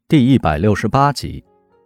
第168集。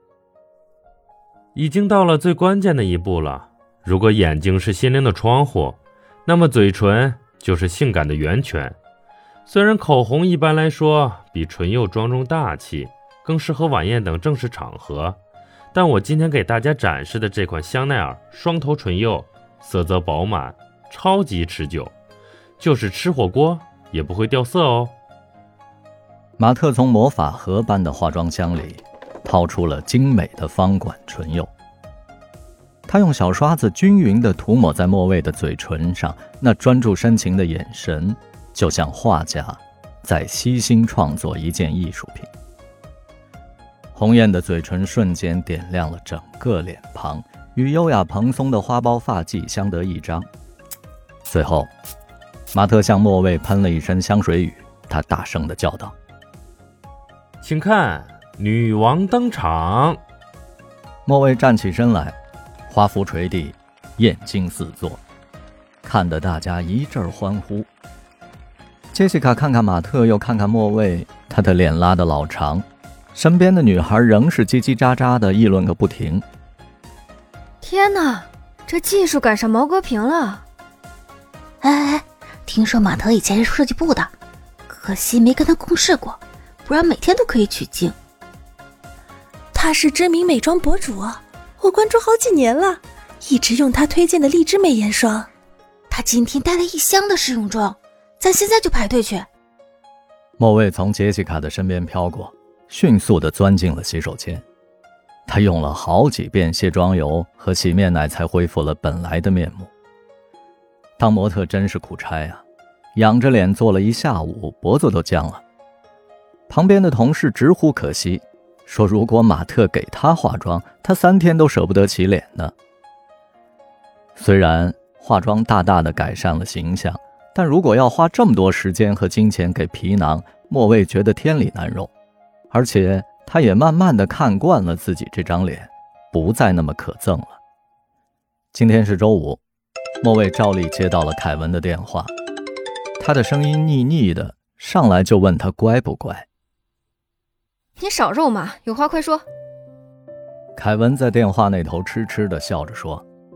已经到了最关键的一步了。如果眼睛是心灵的窗户，那么嘴唇就是性感的源泉。虽然口红一般来说比唇釉庄重大气，更适合晚宴等正式场合，但我今天给大家展示的这款香奈儿双头唇釉，色泽饱满，超级持久，就是吃火锅也不会掉色哦。 马特从魔法盒般的化妆箱里掏出了精美的方管唇釉，他用小刷子均匀地涂抹在莫蔚的嘴唇上，那专注深情的眼神就像画家在悉心创作一件艺术品。红艳的嘴唇瞬间点亮了整个脸庞，与优雅蓬松的花苞发髻相得益彰。最后，马特向莫蔚喷了一身香水雨，他大声地叫道： 请看，女王登场！ 莫蔚站起身来，花服垂地，艳惊四座，看得大家一阵欢呼。杰西卡看看马特，又看看莫蔚，她的脸拉得老长，身边的女孩仍是叽叽喳喳地议论个不停。 天哪，这技术赶上毛戈平了！ 哎，听说马特以前是设计部的，可惜没跟他共事过，不然每天都可以取经。 他是知名美妆博主，我关注好几年了，一直用他推荐的荔枝美颜霜。 他今天带了1箱的试用装，咱现在就排队去。 莫蔚从杰西卡的身边飘过，迅速地钻进了洗手间。他用了好几遍卸妆油和洗面奶才恢复了本来的面目。当模特真是苦差啊，仰着脸坐了一下午，脖子都僵了。旁边的同事直呼可惜，说如果马特给他化妆，他3天都舍不得洗脸呢。虽然化妆大大的改善了形象，但如果要花这么多时间和金钱给皮囊，莫蔚觉得天理难容。而且他也慢慢的看惯了自己这张脸，不再那么可憎了。今天是周五，莫蔚照例接到了凯文的电话，他的声音腻腻的，上来就问他乖不乖。 你少肉麻，有话快说。 凯文在电话那头痴痴地笑着说：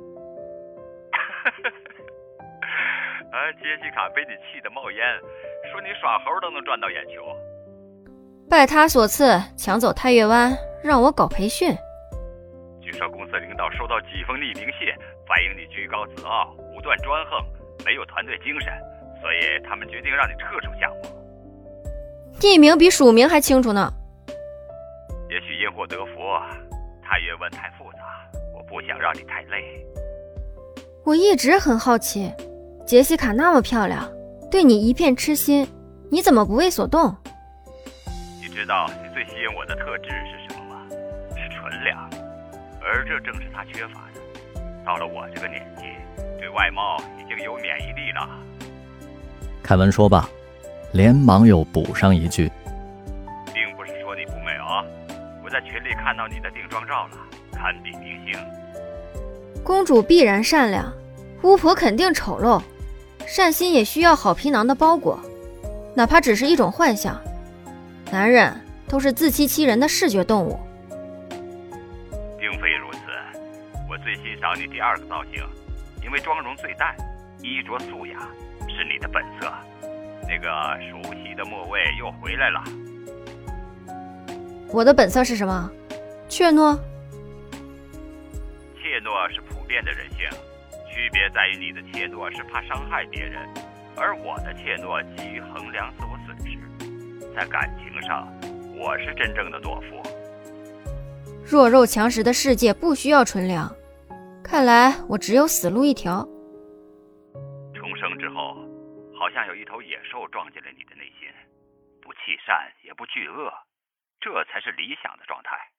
杰西卡被你气得冒烟，说你耍猴都能赚到眼球。 拜他所赐，抢走太月湾，让我搞培训。 据说公司领导收到几封匿名信，反映你居高自傲，武断专横，没有团队精神，所以他们决定让你撤出项目。 匿名比署名还清楚呢。 也许因祸得福，太月湾太复杂，我不想让你太累。 我一直很好奇，杰西卡那么漂亮，对你一片痴心，你怎么不为所动？ 你知道你最吸引我的特质是什么吗？是纯良，而这正是他缺乏的。到了我这个年纪，对外貌已经有免疫力了。 凯文说罢，连忙又补上一句： 并不是说你不美哦，我在群里看到你的定妆照了，堪比明星。 公主必然善良，巫婆肯定丑陋，善心也需要好皮囊的包裹，哪怕只是一种幻想。男人都是自欺欺人的视觉动物。 并非如此，我最欣赏你第2个造型，因为妆容最淡，衣着素雅，是你的本色。那个熟悉的莫蔚又回来了。 我的本色是什么？怯懦？ 怯懦是普遍的人性，区别在于你的怯懦是怕伤害别人，而我的怯懦基于衡量自我损失。在感情上，我是真正的懦夫。 弱肉强食的世界不需要纯良，看来我只有死路一条。 重生之后，好像有一头野兽撞进了你的内心，不弃善也不惧恶，这才是理想的状态。